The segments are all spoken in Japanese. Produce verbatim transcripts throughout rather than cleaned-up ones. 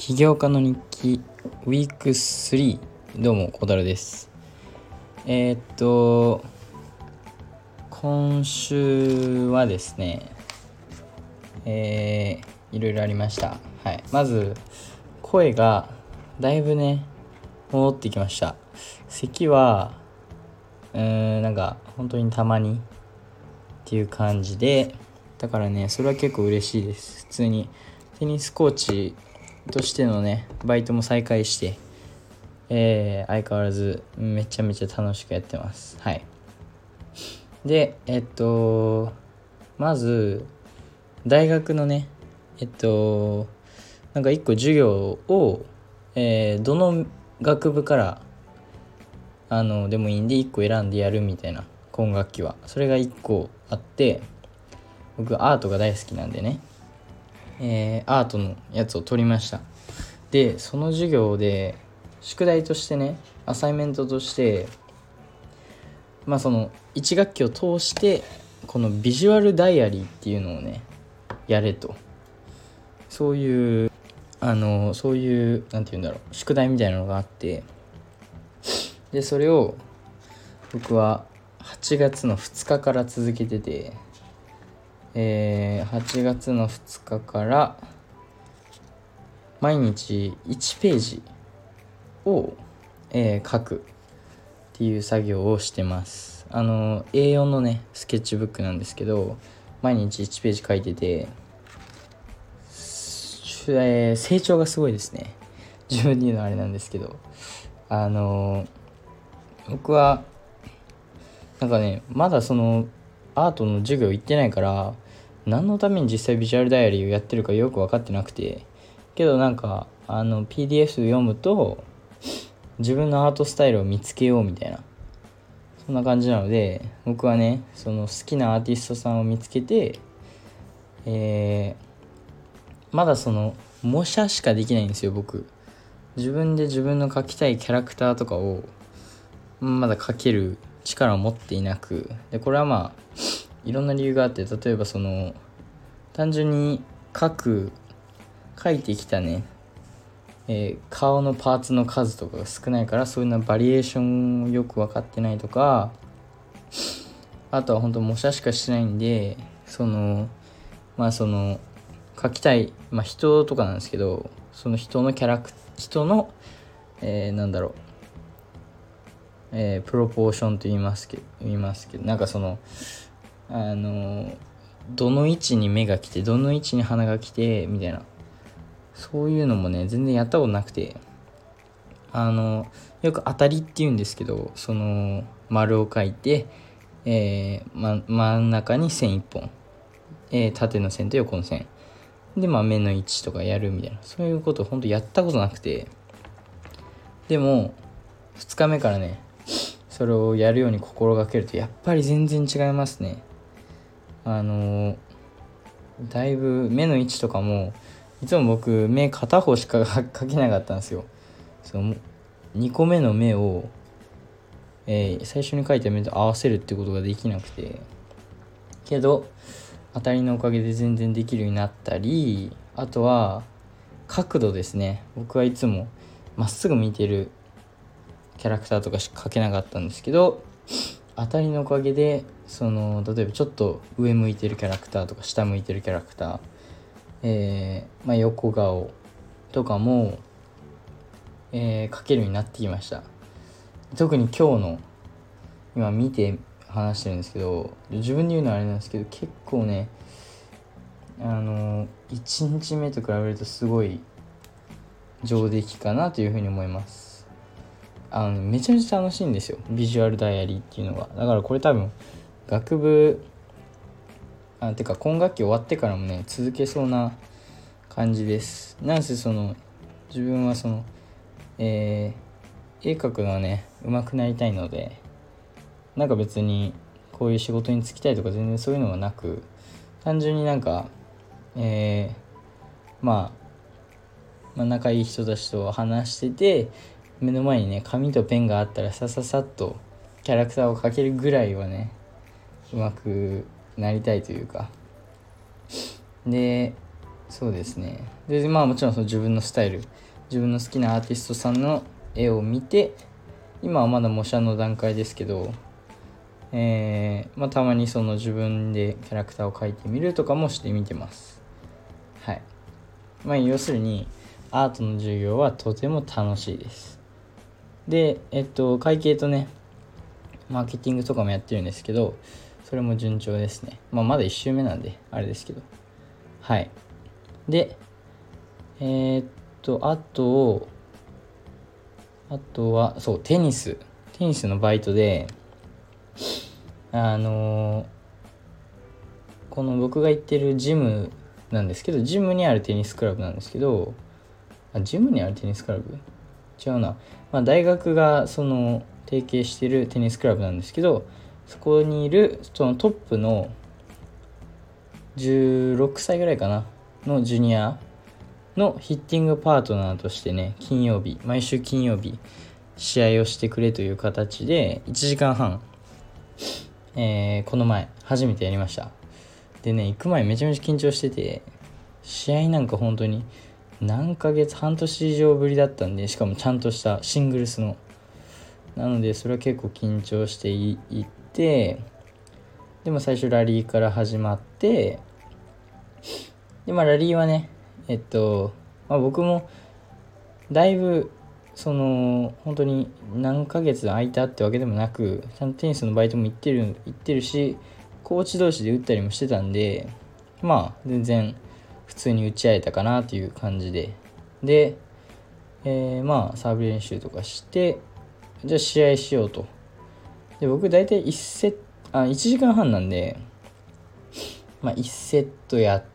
起業家の日記ウィークスリー。どうも小太郎です。えー、っと今週はですねえー、いろいろありました。はい、まず声がだいぶね戻ってきました。咳はうーんなんか本当にたまにっていう感じで、だからねそれは結構嬉しいです。普通にテニスコーチとしてのねバイトも再開して、えー、相変わらずめちゃめちゃ楽しくやってます。はい。でえっとまず大学のねえっとなんか一個授業を、えー、どの学部からあのでもいいんでいっこ選んでやるみたいな、今学期はそれがいっこあって、僕アートが大好きなんでね、えー、アートのやつを取りました。でその授業で宿題としてね、アサイメントとしてまあそのいち学期を通してこのビジュアルダイアリーっていうのをねやれと、そういうあのそういうなんていうんだろう宿題みたいなのがあって、でそれを僕ははちがつのふつかから続けてて、えー、はちがつのふつかから毎日いちページを、えー、書くっていう作業をしてます。あの エーよん のねスケッチブックなんですけど、毎日いちページ書いてて、えー、成長がすごいですね。自分で言うのはあれなんですけど、あの僕はなんかねまだそのアートの授業行ってないから、何のために実際ビジュアルダイアリーをやってるかよく分かってなくて、けどなんかあの ピーディーエフ 読むと自分のアートスタイルを見つけようみたいな、そんな感じなので、僕はねその好きなアーティストさんを見つけて、えー、まだその模写しかできないんですよ。僕自分で自分の描きたいキャラクターとかをまだ描ける力を持っていなく、でこれはまあいろんな理由があって、例えばその単純に描く描いてきたね、えー、顔のパーツの数とかが少ないから、そういうのバリエーションをよく分かってないとか、あとは本当模写しかしてないんで、そのまあその描きたい、まあ、人とかなんですけど、その人のキャラク人の、えー、なんだろう、えー、プロポーションと言いますけど言いますけどなんかそのあのどの位置に目が来てどの位置に鼻が来てみたいな、そういうのもね全然やったことなくて、あのよく当たりって言うんですけど、その丸を描いて、えーま、真ん中に線いっぽん、えー、縦の線と横の線で、まあ、目の位置とかやるみたいな、そういうこと本当やったことなくて、でもふつかめからねそれをやるように心がけるとやっぱり全然違いますね。あのだいぶ目の位置とかも、いつも僕目片方しか描けなかったんですよ。そのにこめの目を、えー、最初に描いた目と合わせるってことができなくて、けど当たりのおかげで全然できるようになったり、あとは角度ですね。僕はいつもまっすぐ見てるキャラクターとかしか描けなかったんですけど、当たりのおかげでその例えばちょっと上向いてるキャラクターとか下向いてるキャラクター、えーまあ、横顔とかも、えー、描けるようになってきました。特に今日の今見て話してるんですけど、自分で言うのはあれなんですけど、結構ねあのいちにちめと比べるとすごい上出来かなというふうに思います。あの、ね、めちゃめちゃ楽しいんですよ、ビジュアルダイアリーっていうのが。だからこれ多分学部あてか今学期終わってからもね続けそうな感じです。なんせその自分はその、えー、絵描くのはね上手くなりたいので、なんか別にこういう仕事に就きたいとか全然そういうのはなく、単純になんか、えー、まあ、まあ仲いい人たちと話してて、目の前にね紙とペンがあったらさささっとキャラクターを描けるぐらいはね上手くなりたいというか、でそうですね。でまあもちろんその自分のスタイル、自分の好きなアーティストさんの絵を見て、今はまだ模写の段階ですけど、えーまあ、たまにその自分でキャラクターを描いてみるとかもしてみてます。はい。まあ要するにアートの授業はとても楽しいです。でえっと会計とねマーケティングとかもやってるんですけど、それも順調ですね。まあまだいっ週目なんであれですけど、はい。でえー、っとあとあとはそうテニステニスのバイトであのー、この僕が行ってるジムなんですけど、ジムにあるテニスクラブなんですけど、あジムにあるテニスクラブ違うな、まあ、大学がその提携してるテニスクラブなんですけど、そこにいるそのトップのじゅうろくさいぐらいかなのジュニアのヒッティングパートナーとしてね、金曜日毎週金曜日試合をしてくれという形でいちじかんはん、えー、この前初めてやりました。でね、行く前めちゃめちゃ緊張してて、試合なんか本当に何ヶ月半年以上ぶりだったんで、しかもちゃんとしたシングルスのなのでそれは結構緊張していって、でも最初ラリーから始まって、でまあラリーはねえっと、まあ、僕もだいぶその本当に何ヶ月空いたってわけでもなく、ちゃんとテニスのバイトも行ってる行ってるし、コーチ同士で打ったりもしてたんで、まあ全然普通に打ち合えたかなという感じで、で、えー、まあサーブ練習とかして、じゃあ試合しようと。で僕大体いちセットあいちじかんはんなんで、まあいちセットやって、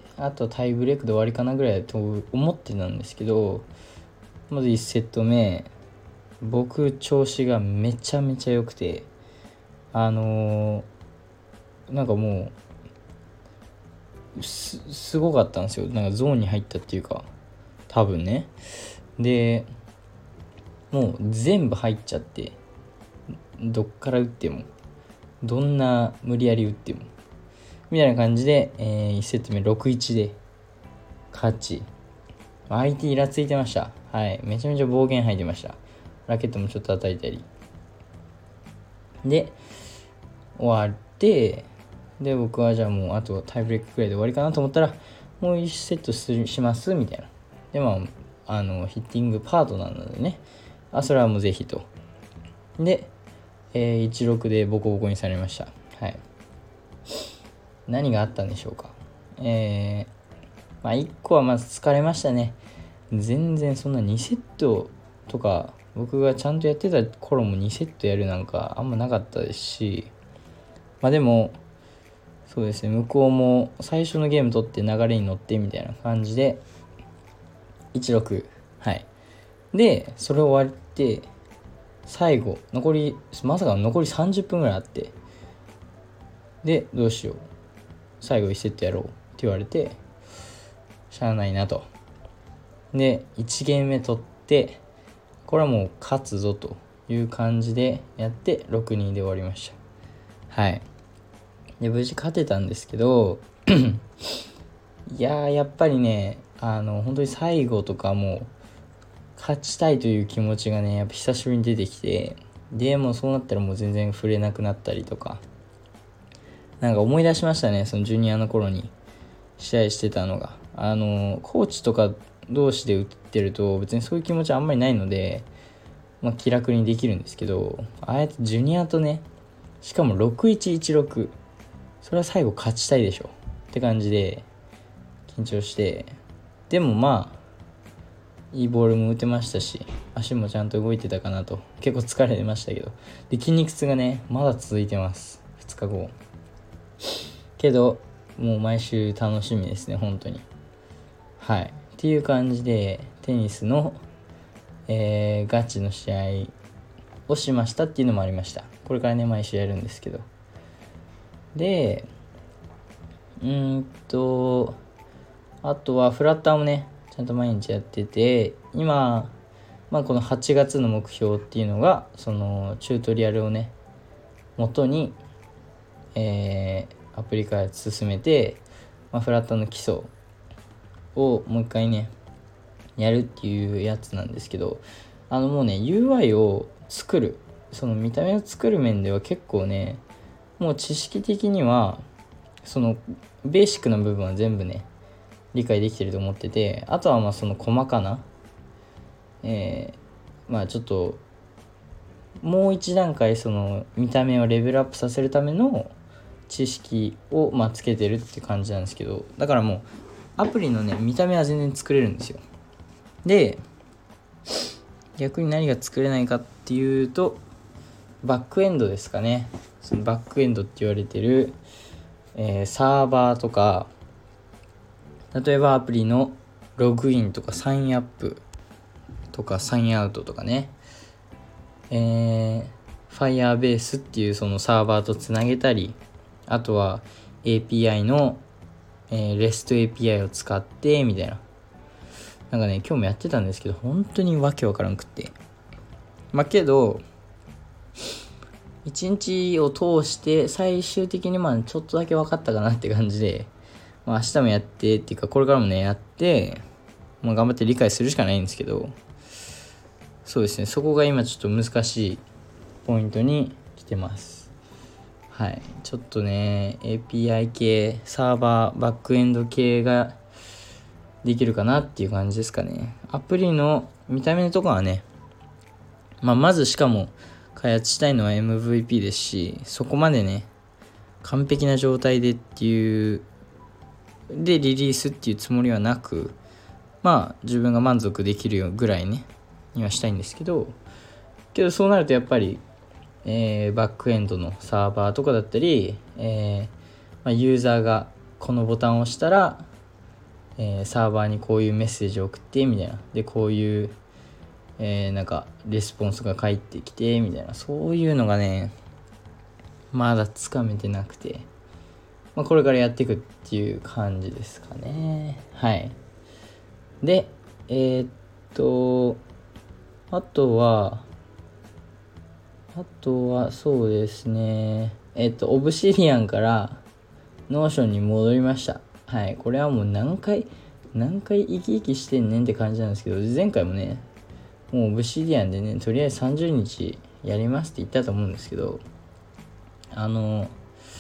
あとタイブレークで終わりかなぐらいと思ってたんですけど、まずいちセット目僕調子がめちゃめちゃ良くて、あのー、なんかもう す, すごかったんですよ。なんかゾーンに入ったっていうか多分ね。でもう全部入っちゃって、どっから打ってもどんな無理やり打ってもみたいな感じで、えー、いちセット目ろくいちで勝ち、相手イラついてました。はい、めちゃめちゃ暴言吐いてました。ラケットもちょっと叩いたりで終わって、で僕はじゃあもうあとタイブレークくらいで終わりかなと思ったら、もういちセットしますみたいな。でまああのヒッティングパートナーなのでね、あそれはもうぜひと。で、えー、いちろくでボコボコにされました。はい。何があったんでしょうか。えー、まあいっこはまず疲れましたね。全然そんなにセットとか、僕がちゃんとやってた頃もにセットやるなんかあんまなかったですし、まあでもそうですね、向こうも最初のゲーム取って流れに乗ってみたいな感じでいちろく、はい。でそれ終わって最後残りまさかの残りさんじゅっぷんぐらいあって、でどうしよう、最後いちセットやろうって言われて、しゃあないなと。でいちゲーム目取って、これはもう勝つぞという感じでやってろくたいにで終わりました。はい。で無事勝てたんですけどいやーやっぱりね、あの本当に最後とかもう勝ちたいという気持ちがねやっぱ久しぶりに出てきて、でもうそうなったらもう全然触れなくなったりとか、なんか思い出しましたね、そのジュニアの頃に試合してたのが。あのコーチとか同士で打ってると別にそういう気持ちあんまりないので、まあ、気楽にできるんですけど、ああやってジュニアとね、しかもろくいちいちろく、それは最後勝ちたいでしょって感じで緊張して、でもまあいいボールも打てましたし、足もちゃんと動いてたかなと。結構疲れてましたけど、で筋肉痛がねまだ続いてます、ふつかごけどもう毎週楽しみですね本当に。はいっていう感じでテニスの、えー、ガチの試合をしましたっていうのもありました。これからね毎週やるんですけど、でうーんとあとはフラッターもねちゃんと毎日やってて、今、まあ、このはちがつの目標っていうのがそのチュートリアルをね元に、えー、アプリ開発進めて、まあ、フラッターの基礎をもう一回ねやるっていうやつなんですけど、あのもうね ユーアイ を作る、その見た目を作る面では結構ね、もう知識的にはそのベーシックな部分は全部ね理解できてると思ってて、あとはまあその細かな、えー、まあちょっともう一段階その見た目をレベルアップさせるための知識をまあつけてるって感じなんですけど、だからもうアプリのね見た目は全然作れるんですよ。で逆に何が作れないかっていうとバックエンドですかね。そのバックエンドって言われてる、えー、サーバーとか、例えばアプリのログインとかサインアップとかサインアウトとかね、えー、Firebase っていうそのサーバーとつなげたり、あとは エーピーアイ の、えー、REST エーピーアイ を使ってみたいな、なんかね今日もやってたんですけど本当にわけわからんくって、まあけど一日を通して最終的にまあちょっとだけ分かったかなって感じで、まあ、明日もやってっていうかこれからもねやって、まあ、頑張って理解するしかないんですけど、そうですね、そこが今ちょっと難しいポイントに来てます。はい、ちょっとね エーピーアイ 系サーバーバックエンド系ができるかなっていう感じですかね。アプリの見た目のところはね、まあ、まずしかも開発したいのは エムブイピー ですし、そこまでね完璧な状態でっていうでリリースっていうつもりはなく、まあ自分が満足できるぐらいねにはしたいんですけど、けどそうなるとやっぱり、えー、バックエンドのサーバーとかだったり、えーまあ、ユーザーがこのボタンを押したら、えー、サーバーにこういうメッセージを送ってみたいな、でこういうえー、なんかレスポンスが返ってきてみたいな、そういうのがねまだつかめてなくて、まあ、これからやっていくっていう感じですかね。はい。でえー、っとあとはあとはそうですねえー、っとオブシディアンからノーションに戻りました。はい。これはもう何回何回生き生きしてんねんって感じなんですけど、前回もねもうオブシディアンでねとりあえずさんじゅうにちやりますって言ったと思うんですけど、あの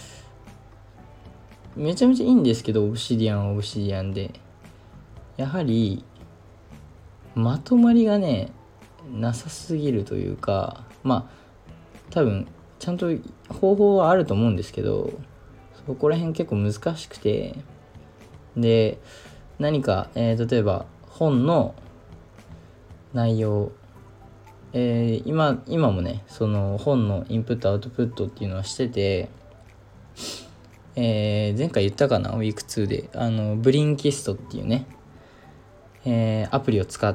めちゃめちゃいいんですけど、オブシディアンはオブシディアンでやはりまとまりがねなさすぎるというか、まあ多分ちゃんと方法はあると思うんですけど、そこら辺結構難しくて、で何か、えー、例えば本の内容、えー、今今もねその本のインプットアウトプットっていうのはしてて、えー、前回言ったかな、ウィークツーであのブリンキストっていうね、えー、アプリを使って、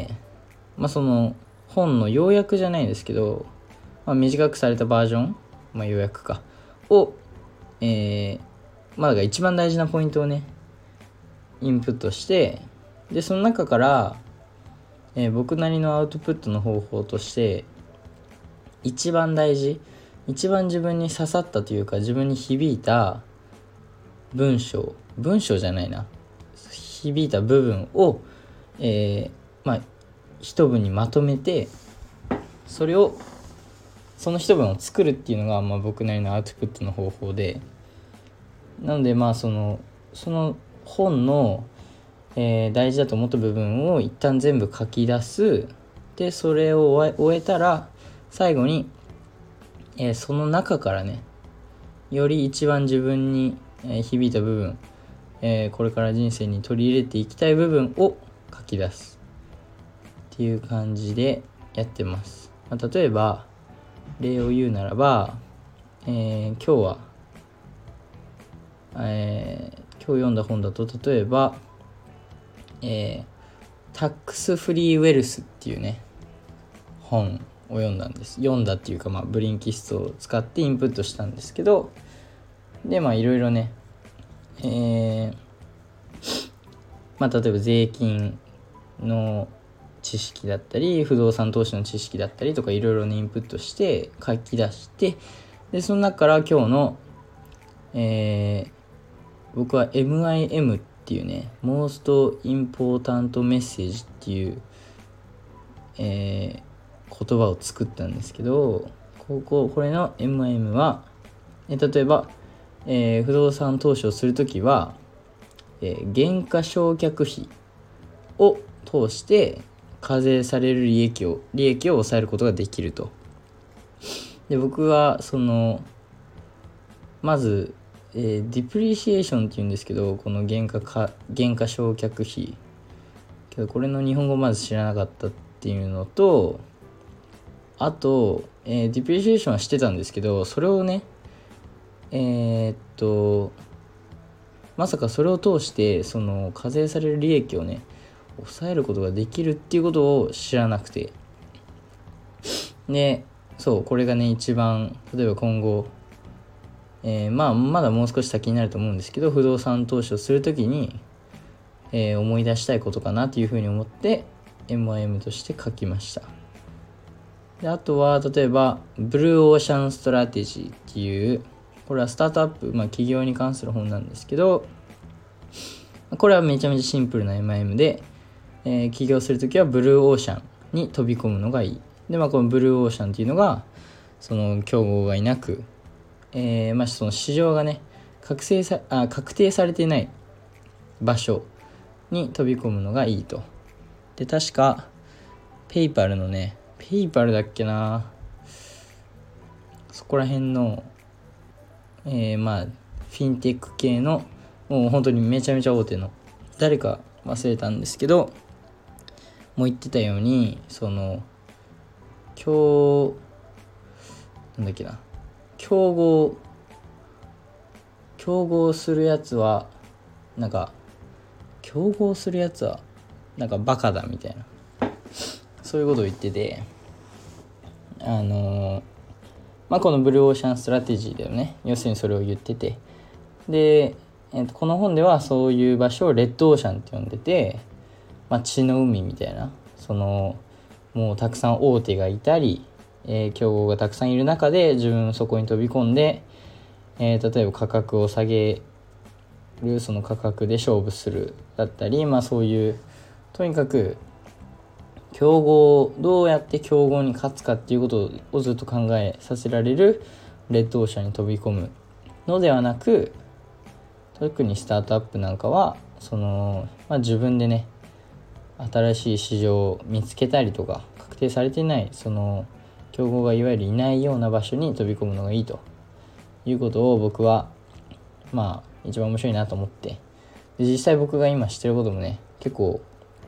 まあ、その本の要約じゃないですけど、まあ、短くされたバージョン、まあ、要約かを、えー、まあだから一番大事なポイントをねインプットして、でその中からえー、僕なりのアウトプットの方法として一番大事一番自分に刺さったというか自分に響いた文章文章じゃないな響いた部分を、えー、まあ一文にまとめて、それをその一文を作るっていうのが、まあ、僕なりのアウトプットの方法で、なのでまあそのその本のえー、大事だと思った部分を一旦全部書き出す。でそれを終え、終えたら最後に、えー、その中からねより一番自分に、えー、響いた部分、えー、これから人生に取り入れていきたい部分を書き出すっていう感じでやってます。まあ、例えば例を言うならば、えー、今日は、えー、今日読んだ本だと例えばえー、タックスフリーウェルスっていうね本を読んだんです読んだっていうか、まあ、ブリンキストを使ってインプットしたんですけど、でまあいろいろね、えー、まあ例えば税金の知識だったり不動産投資の知識だったりとかいろいろねインプットして書き出して、でその中から今日の、えー、僕は エムアイエム っっていうね Most Important Message っていう、えー、言葉を作ったんですけど、こここれの エムアイエム は、え例えば、えー、不動産投資をするときは、えー、減価償却費を通して課税される利益を利益を抑えることができると。で僕はそのまず、えー、ディプリシエーションっていうんですけど、この減価か減価償却費けどこれの日本語まず知らなかったっていうのと、あと、えー、ディプリシエーションはしてたんですけど、それをねえー、っとまさかそれを通してその課税される利益をね抑えることができるっていうことを知らなくて、でそうこれがね一番例えば今後、えー、まあまだもう少し先になると思うんですけど、不動産投資をするときに、えー、思い出したいことかなというふうに思って エムアイエム として書きました。であとは例えばブルーオーシャンストラテジーっていう、これはスタートアップ、まあ、企業に関する本なんですけど、これはめちゃめちゃシンプルな エムアイエム で、えー、起業するときはブルーオーシャンに飛び込むのがいい。で、まあ、このブルーオーシャンっていうのがその競合がいなく、えーまあ、その市場がね確定さあ確定されていない場所に飛び込むのがいいと。で確かペイパルのねペイパルだっけな、そこら辺の、えー、まあフィンテック系のもう本当にめちゃめちゃ大手の誰か忘れたんですけどもう言ってたように、その今日なんだっけな競合競合するやつはなんか競合するやつはなんかバカだみたいな、そういうことを言ってて、あのー、まあこのブルーオーシャンストラテジーだよね、要するにそれを言ってて、で、えー、とこの本ではそういう場所をレッドオーシャンって呼んでて、まあ、血の海みたいな、そのもうたくさん大手がいたり、えー、競合がたくさんいる中で自分そこに飛び込んで、えー、例えば価格を下げる、その価格で勝負するだったり、まあそういうとにかく競合どうやって競合に勝つかっていうことをずっと考えさせられるレッドオーシャンに飛び込むのではなく、特にスタートアップなんかはその、まあ、自分でね新しい市場を見つけたりとか、確定されていないその競合がいわゆるいないような場所に飛び込むのがいいということを僕はまあ一番面白いなと思って、で実際僕が今してることもね結構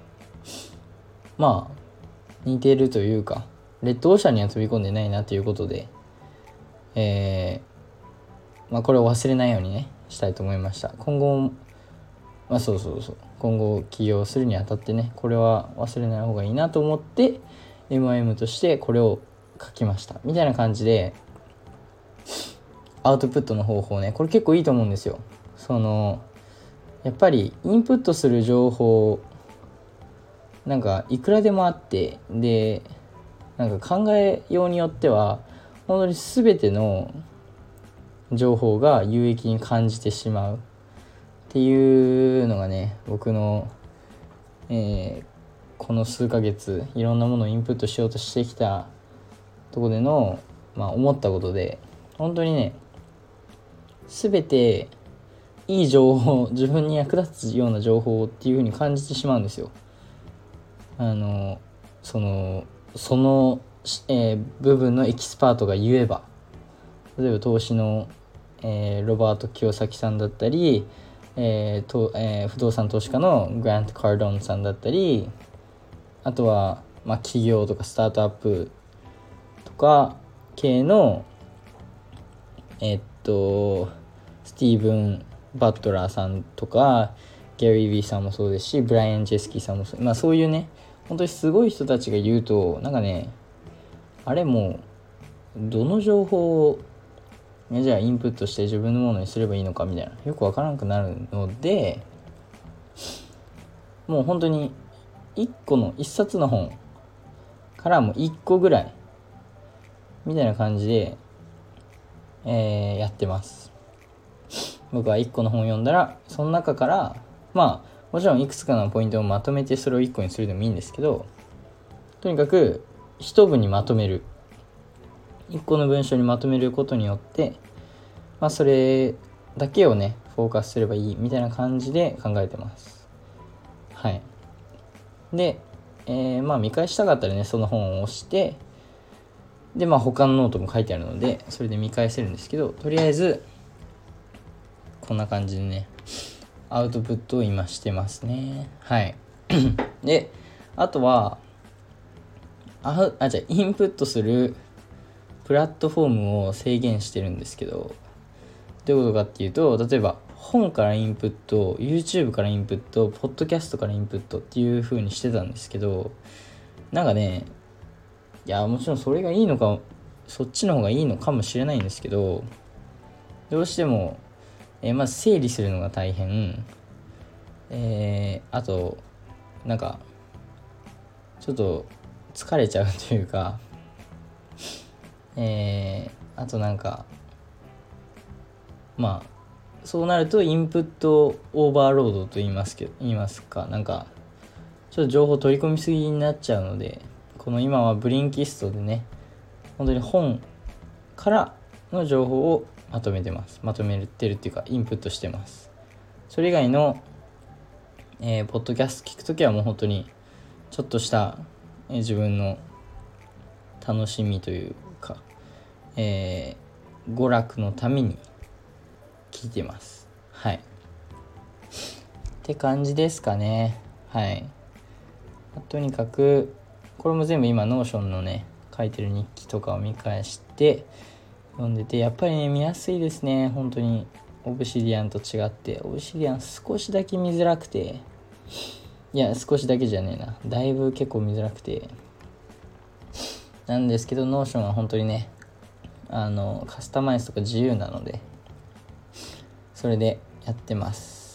まあ似てるというか、レッドオーシャンには飛び込んでないなということで、えー、まあこれを忘れないようにねしたいと思いました。今後まあそうそうそう今後起業するにあたってね、これは忘れない方がいいなと思って エムアイエム としてこれを書きましたみたいな感じで、アウトプットの方法ね、これ結構いいと思うんですよ。そのやっぱりインプットする情報なんかいくらでもあって、でなんか考えようによっては本当に全ての情報が有益に感じてしまうっていうのがね、僕の、えー、この数ヶ月いろんなものをインプットしようとしてきたところでの、まあ、思ったことで、本当にね全ていい情報、自分に役立つような情報っていう風に感じてしまうんですよ。あのそのその、えー、部分のエキスパートが言えば、例えば投資の、えー、ロバート清崎さんだったり、えーとえー、不動産投資家のグラント・カードンさんだったり、あとは、まあ、企業とかスタートアップとか系のえー、っとスティーブン・バットラーさんとかギャリー・ビーさんもそうですし、ブライアン・ジェスキーさんもそう、まあ、そういうね本当にすごい人たちが言うと、なんかねあれもどの情報をじゃあインプットして自分のものにすればいいのかみたいな、よくわからなくなるので、もう本当に一個の一冊の本からも一個ぐらいみたいな感じで、えー、やってます。僕は一個の本を読んだらその中からまあもちろんいくつかのポイントをまとめてそれをいっこにするでもいいんですけど、とにかく一文にまとめる、いっこの文章にまとめることによって、まあそれだけをねフォーカスすればいいみたいな感じで考えてます。はい。で、えー、まあ見返したかったらねその本を押して、でまあ他のノートも書いてあるのでそれで見返せるんですけど、とりあえずこんな感じでねアウトプットを今してますね。はいであとはああじゃあインプットするプラットフォームを制限してるんですけど、どういうことかっていうと、例えば本からインプット、 YouTube からインプット、ポッドキャストからインプットっていう風にしてたんですけど、なんかね、いやもちろんそれがいいのか、そっちの方がいいのかもしれないんですけど、どうしても、えー、まず整理するのが大変、えー、あとなんかちょっと疲れちゃうというか、えー、あとなんかまあそうなるとインプットオーバーロードと言いますけど言いますかなんかちょっと情報取り込みすぎになっちゃうので、この今はブリンキストでね本当に本からの情報をまとめてますまとめてるっていうかインプットしてます。それ以外の、えー、ポッドキャスト聞くときはもう本当にちょっとした、えー、自分の楽しみというか、えー、娯楽のために聞いてます。はいって感じですかね。はい。とにかくこれも全部今ノーションのね書いてる日記とかを見返して読んでて、やっぱりね見やすいですね。本当にオブシディアンと違って、オブシディアン少しだけ見づらくて、いや少しだけじゃねえな、だいぶ結構見づらくてなんですけど、ノーションは本当にねあのカスタマイズとか自由なのでそれでやってます。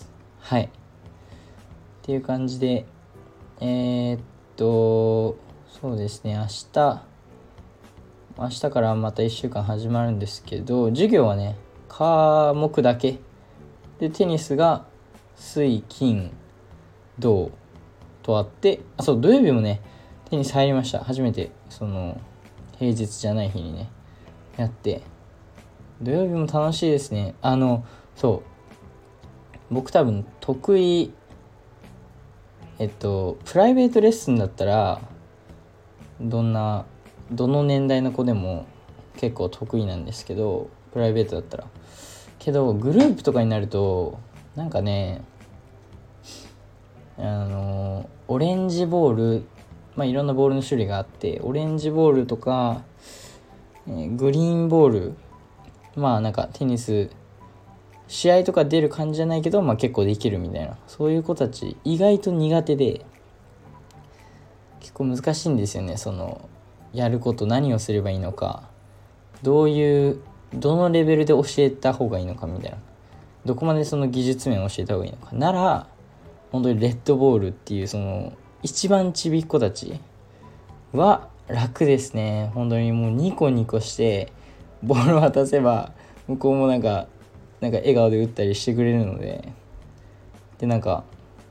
はいっていう感じで、えー、っとそうですね、明日明日からまたいっしゅうかん始まるんですけど、授業はね科目だけで、テニスが水金土とあって、あそう土曜日もねテニス入りました。初めてその平日じゃない日にねやって、土曜日も楽しいですね。あのそう僕多分得意えっとプライベートレッスンだったらどんなどの年代の子でも結構得意なんですけど、プライベートだったらけどグループとかになるとなんかねあのオレンジボール、まあいろんなボールの種類があって、オレンジボールとか、えー、グリーンボール、まあなんかテニス試合とか出る感じじゃないけど、まあ結構できるみたいな、そういう子たち意外と苦手で結構難しいんですよね。そのやること何をすればいいのか、どういうどのレベルで教えた方がいいのかみたいな、どこまでその技術面を教えた方がいいのかなら、本当にレッドボールっていうその一番ちびっ子たちは楽ですね。本当にもうニコニコしてボールを渡せば向こうもなんかなんか笑顔で打ったりしてくれるので、でなんか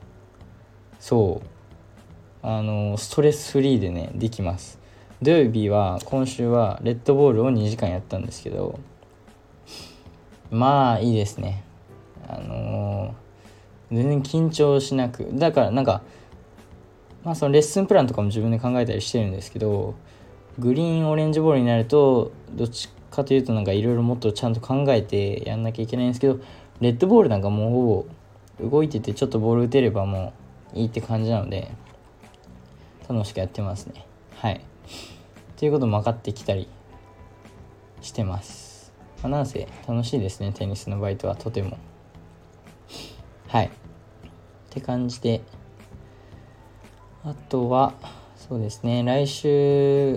そうあのストレスフリーでねできます。土曜日は今週はレッドボールをにじかんやったんですけど、まあいいですね。あのー、全然緊張しなく、だからなんかまあそのレッスンプランとかも自分で考えたりしてるんですけど、グリーンオレンジボールになるとどっちかというとなんかいろいろもっとちゃんと考えてやんなきゃいけないんですけど、レッドボールなんかもうほぼ動いててちょっとボール打てればもういいって感じなので楽しくやってますね。はいということも分かってきたりしてます。まあ、なんせ楽しいですね、テニスのバイトはとても。はいって感じで、あとはそうですね、来週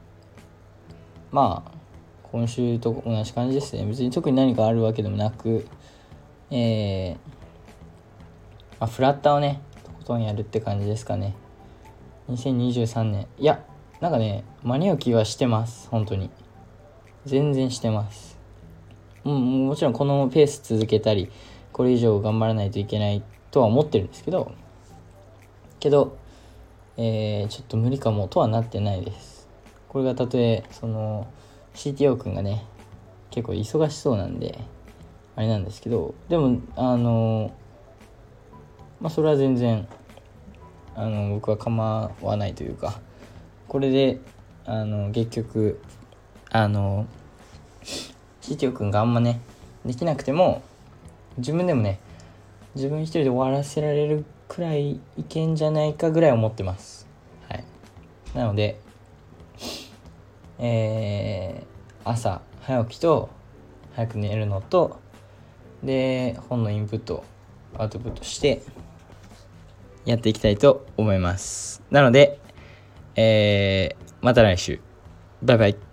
まあ今週と同じ感じですね。別に特に何かあるわけでもなく、えーまあ、フラッターをねとことんやるって感じですかね。にせんにじゅうさんねん、いやなんかね間に合う気はしてます。本当に全然してます。うん、もちろんこのペース続けたりこれ以上頑張らないといけないととは思ってるんですけどけど、えー、ちょっと無理かもとはなってないです。これがたとえその シーティーオー 君がね結構忙しそうなんであれなんですけど、でもあのまあそれは全然あの僕は構わないというか、これであの結局あのシーティーオー 君があんまねできなくても自分でもね自分一人で終わらせられるくらいいけんじゃないかぐらい思ってます。はい。なので、えー、朝早起きと早く寝るのとで本のインプットアウトプットしてやっていきたいと思います。なので、えー、また来週。バイバイ。